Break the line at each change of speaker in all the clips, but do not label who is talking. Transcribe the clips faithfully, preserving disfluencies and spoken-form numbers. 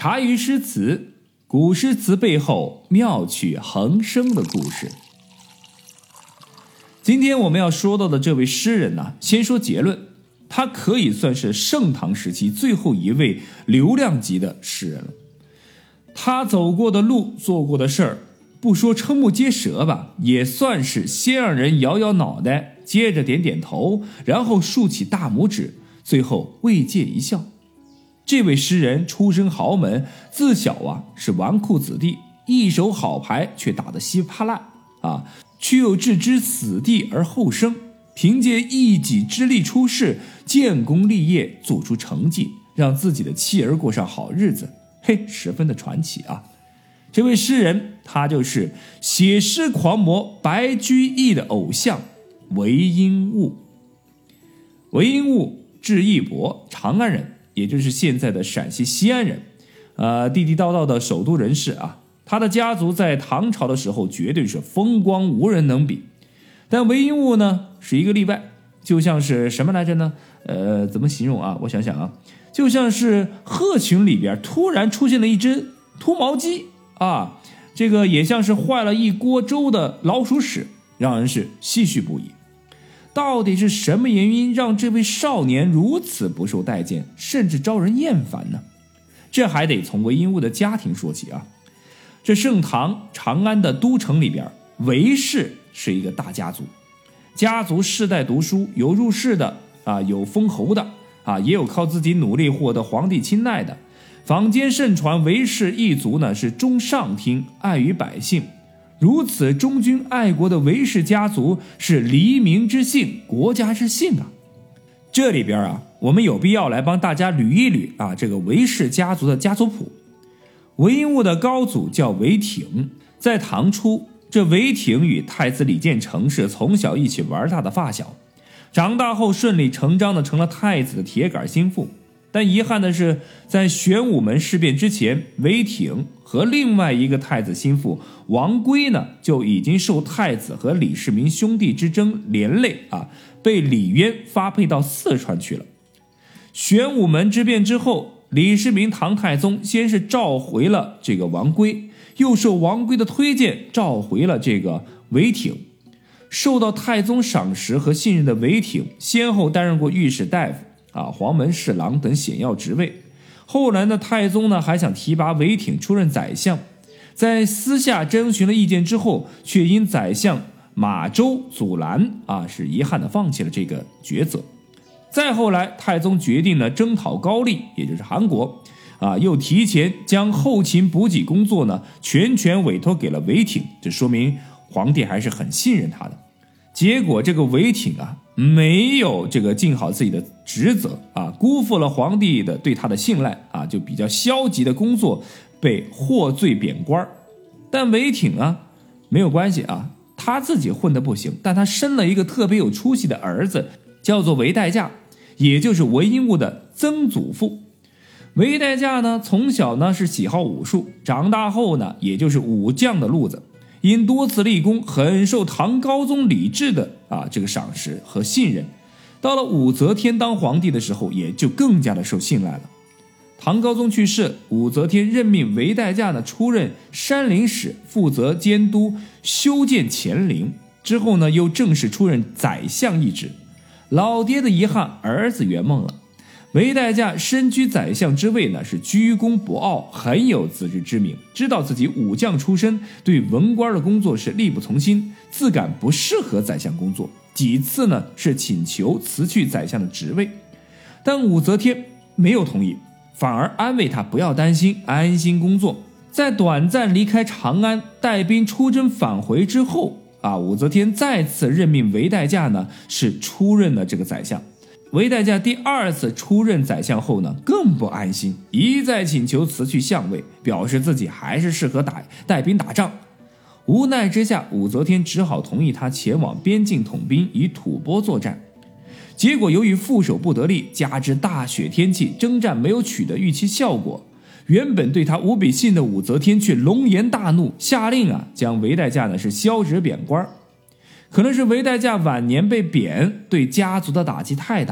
茶余诗词，古诗词背后妙趣横生的故事。今天我们要说到的这位诗人呢，先说结论，他可以算是盛唐时期最后一位流量级的诗人了。他走过的路，做过的事儿，不说瞠目结舌吧，也算是先让人摇摇脑袋，接着点点头，然后竖起大拇指，最后慰藉一笑。这位诗人出身豪门，自小啊是纨绔子弟，一手好牌却打得稀巴烂啊，却又置之死地而后生，凭借一己之力出世，建功立业，做出成绩，让自己的妻儿过上好日子，嘿，十分的传奇啊！这位诗人，他就是写诗狂魔白居易的偶像韦应物。韦应物字义伯，长安人，也就是现在的陕西西安人，呃，地地道道的首都人士啊。他的家族在唐朝的时候绝对是风光无人能比，但韦应物呢是一个例外，就像是什么来着呢？呃，怎么形容啊？我想想啊，就像是鹤群里边突然出现了一只秃毛鸡啊，这个也像是坏了一锅粥的老鼠屎，让人是唏嘘不已。到底是什么原因让这位少年如此不受待见，甚至招人厌烦呢？这还得从韦应物的家庭说起啊。这盛唐长安的都城里边，韦氏是一个大家族，家族世代读书，有入仕的啊，有封侯的啊，也有靠自己努力获得皇帝青睐的。坊间盛传韦氏一族呢是忠上听，爱于百姓。如此忠君爱国的韦氏家族是黎民之幸，国家之幸啊。这里边啊，我们有必要来帮大家捋一捋啊，这个韦氏家族的家族谱。韦应物的高祖叫韦挺，在唐初，这韦挺与太子李建成是从小一起玩大的发小，长大后顺理成章的成了太子的铁杆心腹。但遗憾的是，在玄武门事变之前，韦挺和另外一个太子心腹王圭呢，就已经受太子和李世民兄弟之争连累啊，被李渊发配到四川去了。玄武门之变之后，李世民唐太宗先是召回了这个王圭，又受王圭的推荐召回了这个韦挺。受到太宗赏识和信任的韦挺，先后担任过御史大夫啊、黄门侍郎等显要职位。后来呢，太宗呢还想提拔韦挺出任宰相，在私下征询了意见之后，却因宰相马周阻拦啊，是遗憾的放弃了这个抉择。再后来，太宗决定呢征讨高丽，也就是韩国啊，又提前将后勤补给工作呢全权委托给了韦挺，这说明皇帝还是很信任他的。结果这个韦挺啊，没有这个尽好自己的职责啊，辜负了皇帝的对他的信赖啊，就比较消极的工作，被获罪贬官。但韦挺啊没有关系啊，他自己混得不行，但他生了一个特别有出息的儿子，叫做韦代驾，也就是韦应物的曾祖父。韦代驾呢，从小呢是喜好武术，长大后呢，也就是武将的路子。因多次立功，很受唐高宗李治的啊这个赏识和信任。到了武则天当皇帝的时候，也就更加的受信赖了。唐高宗去世，武则天任命韦代驾呢出任山陵使，负责监督修建乾陵。之后呢，又正式出任宰相一职。老爹的遗憾，儿子圆梦了。韦代驾身居宰相之位呢，是居功不傲，很有自知之明，知道自己武将出身，对文官的工作是力不从心，自感不适合宰相工作，几次呢是请求辞去宰相的职位，但武则天没有同意，反而安慰他不要担心，安心工作。在短暂离开长安，带兵出征返回之后啊，武则天再次任命韦代驾呢是出任了这个宰相。韦代驾第二次出任宰相后呢，更不安心，一再请求辞去相位，表示自己还是适合打带兵打仗。无奈之下，武则天只好同意他前往边境统兵，与吐蕃作战。结果由于副手不得力，加之大雪天气，征战没有取得预期效果。原本对他无比信的武则天却龙颜大怒，下令啊将韦代驾呢是削职贬官。可能是韦代驾晚年被贬，对家族的打击太大，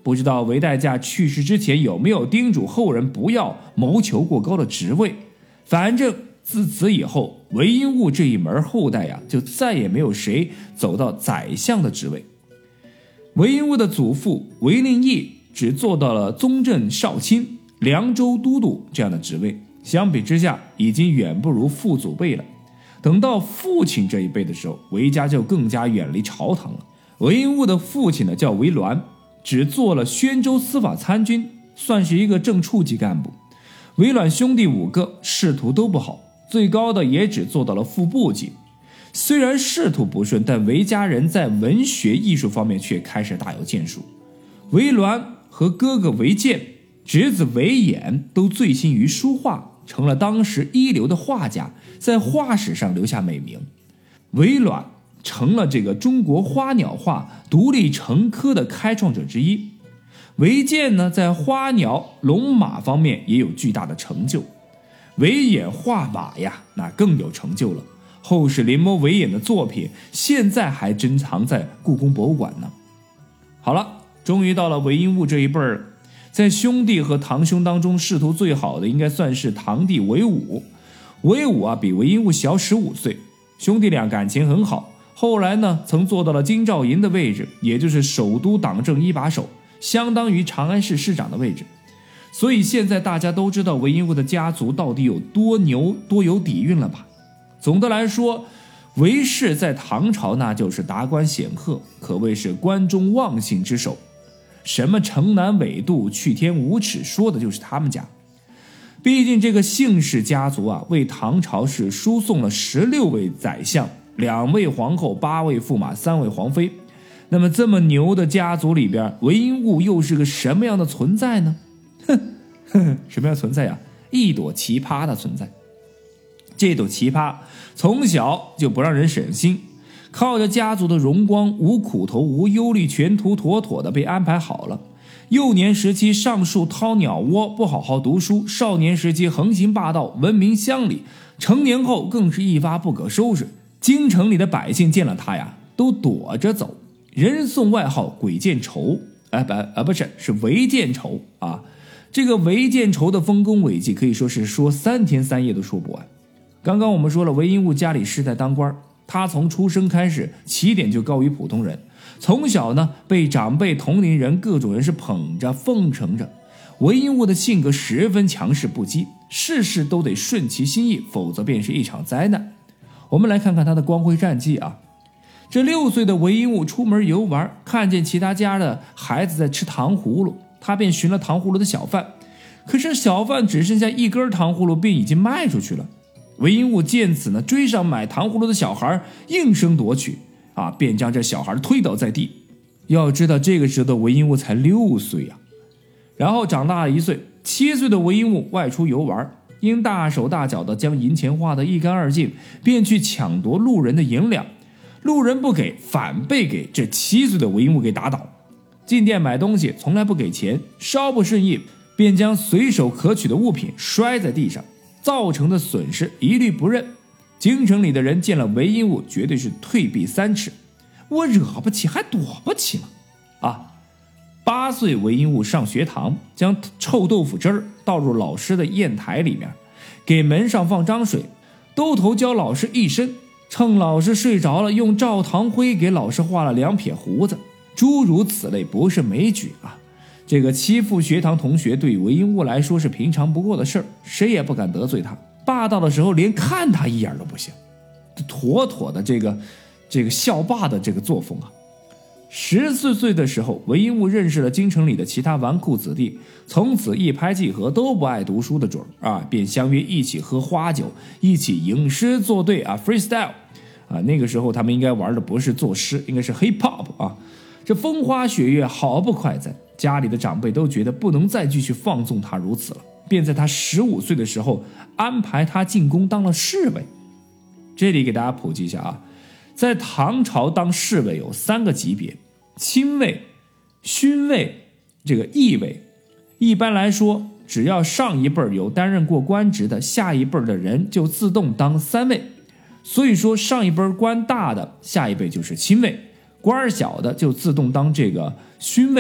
不知道韦代驾去世之前有没有叮嘱后人不要谋求过高的职位。反正自此以后，韦应物这一门后代呀、啊，就再也没有谁走到宰相的职位。韦应物的祖父韦令义只做到了宗正少卿、凉州都督这样的职位，相比之下已经远不如父祖辈了。等到父亲这一辈的时候，韦家就更加远离朝堂了。韦应物的父亲呢叫韦銮，只做了宣州司法参军，算是一个正处级干部。韦銮兄弟五个仕途都不好，最高的也只做到了副部级。虽然仕途不顺，但韦家人在文学艺术方面却开始大有建树。韦銮和哥哥韦建、侄子韦衍都醉心于书画，成了当时一流的画家，在画史上留下美名。韦銮成了这个中国花鸟画独立成科的开创者之一。韦建呢，在花鸟、龙马方面也有巨大的成就。韦衍画马呀，那更有成就了。后世临摹韦衍的作品，现在还珍藏在故宫博物馆呢。好了，终于到了韦应物这一辈儿，在兄弟和堂兄当中，仕途最好的应该算是堂弟韦武。韦武啊，比韦应物小十五岁，兄弟俩感情很好。后来呢，曾做到了京兆营的位置，也就是首都党政一把手，相当于长安市市长的位置。所以现在大家都知道韦应物的家族到底有多牛，多有底蕴了吧？总的来说，韦氏在唐朝那就是达官显赫，可谓是关中望姓之首。什么城南纬度、去天五尺，说的就是他们家。毕竟这个姓氏家族啊，为唐朝是输送了十六位宰相、两位皇后、八位驸马、三位皇妃。那么这么牛的家族里边，韦应物又是个什么样的存在呢？哼哼，什么样的存在呀、啊？一朵奇葩的存在。这朵奇葩从小就不让人省心，靠着家族的荣光，无苦头无忧虑，全图妥妥的被安排好了。幼年时期上树掏鸟窝，不好好读书；少年时期横行霸道，闻名乡里；成年后更是一发不可收拾。京城里的百姓见了他呀，都躲着走，人送外号鬼见愁，哎不啊不是是韦见愁啊。这个韦见愁的丰功伟绩可以说是说三天三夜都说不完。刚刚我们说了，韦应物家里世代当官，他从出生开始起点就高于普通人，从小呢被长辈同龄人各种人是捧着奉承着。韦应物的性格十分强势不羁，事事都得顺其心意，否则便是一场灾难。我们来看看他的光辉战绩啊。这六岁的韦应物出门游玩，看见其他家的孩子在吃糖葫芦，他便寻了糖葫芦的小贩，可是小贩只剩下一根糖葫芦便已经卖出去了。韦应物见此呢，追上买糖葫芦的小孩，应声夺取啊，便将这小孩推倒在地。要知道这个时候的韦应物才六岁啊。然后长大了一岁，七岁的韦应物外出游玩，因大手大脚的将银钱花得一干二净，便去抢夺路人的银两。路人不给，反被给这七岁的韦应物给打倒。进店买东西从来不给钱，稍不顺意便将随手可取的物品摔在地上，造成的损失一律不认。京城里的人见了韦应物绝对是退避三尺，我惹不起还躲不起嘛啊！八岁韦应物上学堂，将臭豆腐汁儿倒入老师的砚台里面，给门上放张水，兜头浇老师一身，趁老师睡着了，用照堂灰给老师画了两撇胡子，诸如此类不是枚举啊。这个欺负学堂同学对韦应物来说是平常不过的事儿，谁也不敢得罪他。霸道的时候连看他一眼都不行，妥妥的这个这个校霸的这个作风啊。十四岁的时候，韦应物认识了京城里的其他纨绔子弟，从此一拍即合，都不爱读书的准啊，便相约一起喝花酒，一起吟诗作对啊 ，freestyle 啊。那个时候他们应该玩的不是作诗，应该是 hip hop 啊。这风花雪月，好不快哉！家里的长辈都觉得不能再继续放纵他如此了，便在他十五岁的时候安排他进宫当了侍卫。这里给大家普及一下啊，在唐朝当侍卫有三个级别：亲卫、勋卫、这个义卫。一般来说，只要上一辈有担任过官职的，下一辈的人就自动当三卫。所以说，上一辈官大的，下一辈就是亲卫；官小的就自动当这个勋卫，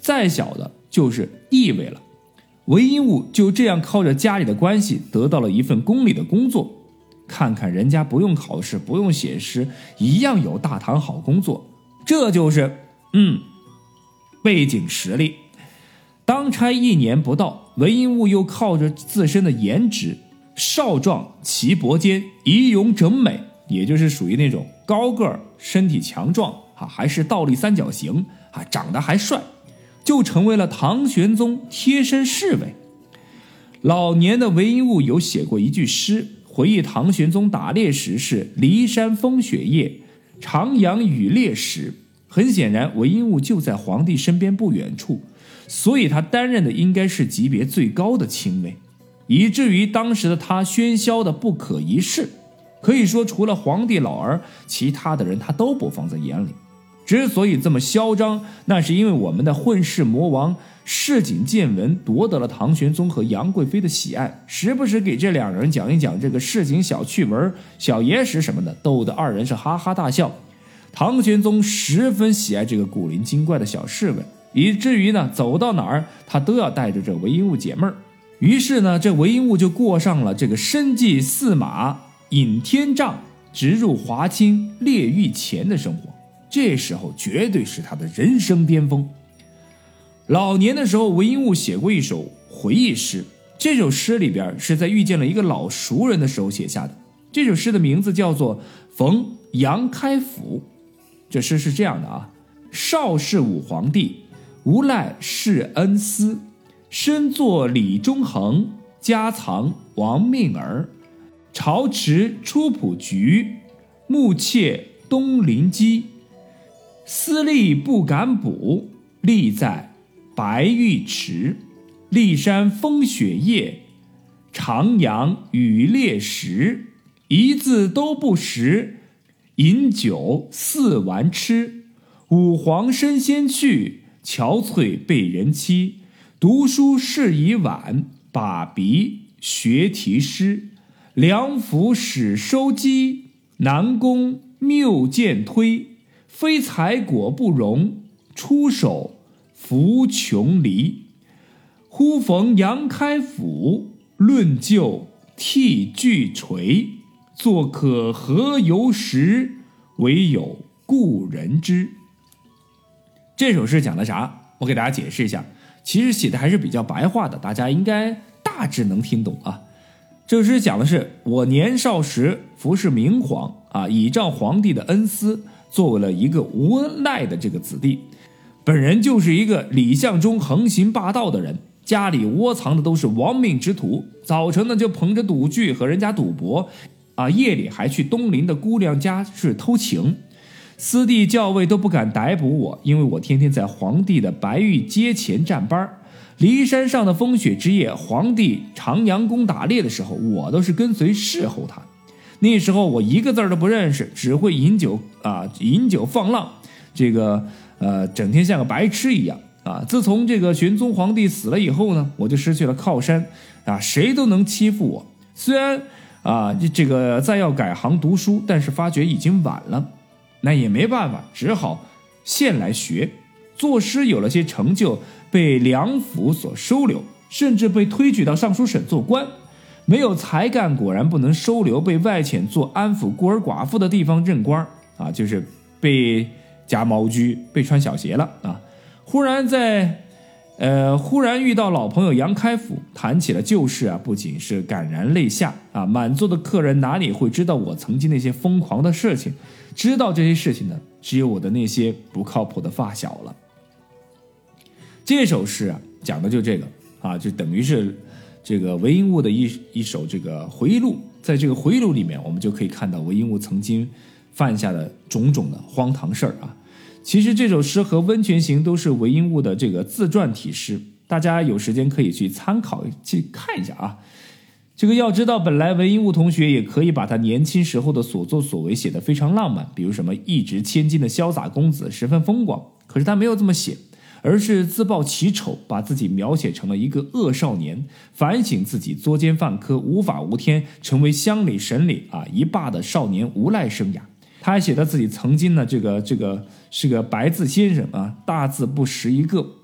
再小的就是意味了。韦应物就这样靠着家里的关系得到了一份宫里的工作，看看人家不用考试不用写诗，一样有大唐好工作，这就是嗯背景实力。当差一年不到，韦应物又靠着自身的颜值，少壮齐脖肩，仪容整美，也就是属于那种高个儿身体强壮啊，还是倒立三角形啊，长得还帅，就成为了唐玄宗贴身侍卫。老年的韦应物有写过一句诗，回忆唐玄宗打猎时是骊山风雪夜，长阳雨猎时。很显然韦应物就在皇帝身边不远处，所以他担任的应该是级别最高的亲卫，以至于当时的他喧嚣的不可一世，可以说除了皇帝老儿，其他的人他都不放在眼里。之所以这么嚣张，那是因为我们的混世魔王市井见闻夺得了唐玄宗和杨贵妃的喜爱，时不时给这两人讲一讲这个市井小趣闻、小野史什么的，逗得二人是哈哈大笑。唐玄宗十分喜爱这个古灵精怪的小侍卫，以至于呢走到哪儿他都要带着这韦应物解闷儿。于是呢这韦应物就过上了这个身骑驷马引天杖直入华清列御前的生活，这时候绝对是他的人生巅峰。老年的时候韦应物写过一首回忆诗，这首诗里边是在遇见了一个老熟人的时候写下的。这首诗的名字叫做逢杨开府。这诗是这样的啊：少世武皇帝，无赖世恩思，身作李中衡，家藏亡命儿。朝持出浦局，暮窃东临矶。私力不敢补，立在白玉池。骊山风雪夜，长阳雨猎时。一字都不识，饮酒四丸吃。五皇身先去，憔悴被人欺。读书事已晚，把笔学题诗。梁府始收机，南宫谬渐推。非才果不容，出手扶穷离。忽逢杨开府，论旧涕俱垂。作可何由时，唯有故人知。这首诗讲的啥？我给大家解释一下，其实写的还是比较白话的，大家应该大致能听懂啊。这首诗讲的是我年少时服侍明皇啊，倚仗皇帝的恩私，作为了一个无赖的这个子弟。本人就是一个理想中横行霸道的人，家里窝藏的都是亡命之徒，早晨呢就捧着赌具和人家赌博啊，夜里还去东邻的姑娘家是偷情。司隶校尉都不敢逮捕我，因为我天天在皇帝的白玉阶前站班。骊山上的风雪之夜，皇帝长阳宫打猎的时候，我都是跟随侍候他。那时候我一个字都不认识，只会饮酒啊，饮酒放浪，这个呃，整天像个白痴一样啊。自从这个玄宗皇帝死了以后呢，我就失去了靠山啊，谁都能欺负我。虽然啊，这个再要改行读书，但是发觉已经晚了，那也没办法，只好现来学。作诗有了些成就，被梁府所收留，甚至被推举到尚书省做官。没有才干果然不能收留，被外遣做安抚孤儿寡妇的地方任官啊，就是被夹毛居，被穿小鞋了啊。忽然在呃，忽然遇到老朋友杨开府，谈起了旧事啊，不仅是感然泪下啊。满座的客人哪里会知道我曾经那些疯狂的事情？知道这些事情呢，只有我的那些不靠谱的发小了。这首诗啊，讲的就这个啊，就等于是这个韦应物的一一首这个回忆录。在这个回忆录里面，我们就可以看到韦应物曾经犯下的种种的荒唐事儿啊。其实这首诗和《温泉行》都是韦应物的这个自传体诗，大家有时间可以去参考去看一下啊。这个要知道，本来韦应物同学也可以把他年轻时候的所作所为写得非常浪漫，比如什么一掷千金的潇洒公子，十分风光。可是他没有这么写，而是自曝其丑，把自己描写成了一个恶少年，反省自己作奸犯科，无法无天，成为乡里省里啊一霸的少年无赖生涯。他还写到自己曾经呢，这个这个是个白字先生啊，大字不识一个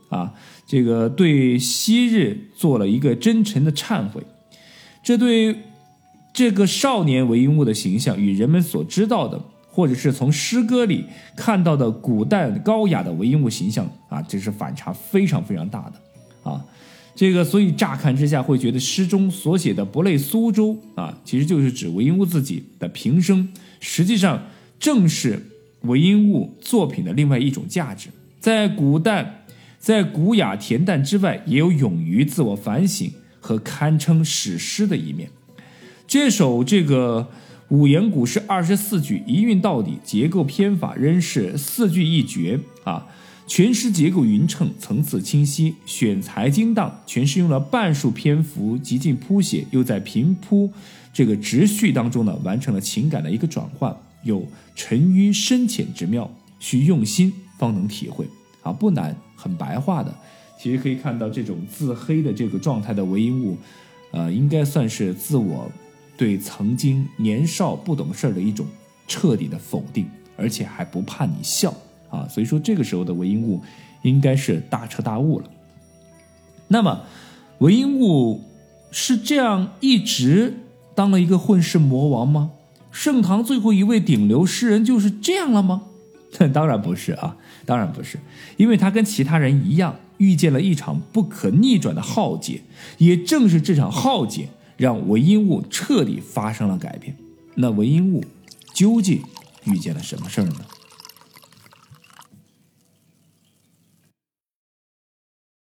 啊，这个对昔日做了一个真诚的忏悔。这对这个少年韦应物的形象与人们所知道的，或者是从诗歌里看到的古代高雅的韦应物形象啊，这是反差非常非常大的啊。这个所以乍看之下会觉得诗中所写的不类苏州啊，其实就是指韦应物自己的平生，实际上正是韦应物作品的另外一种价值。在古代，在古雅恬淡之外，也有勇于自我反省和堪称史诗的一面。这首这个五言古诗二十四句一韵到底，结构篇法仍是四句一绝啊，全诗结构匀称，层次清晰，选材精当，全诗用了半数篇幅极尽铺写，又在平铺这个直叙当中呢，完成了情感的一个转换，有沉郁深浅之妙，需用心方能体会啊，不难，很白话的。其实可以看到这种自黑的这个状态的韦应物，呃，应该算是自我对曾经年少不懂事的一种彻底的否定，而且还不怕你笑啊，所以说这个时候的韦应物应该是大彻大悟了。那么韦应物是这样一直当了一个混世魔王吗？盛唐最后一位顶流诗人就是这样了吗？当然不是啊，当然不是，因为他跟其他人一样，遇见了一场不可逆转的浩劫，也正是这场浩劫让韦应物彻底发生了改变。那韦应物究竟遇见了什么事儿呢？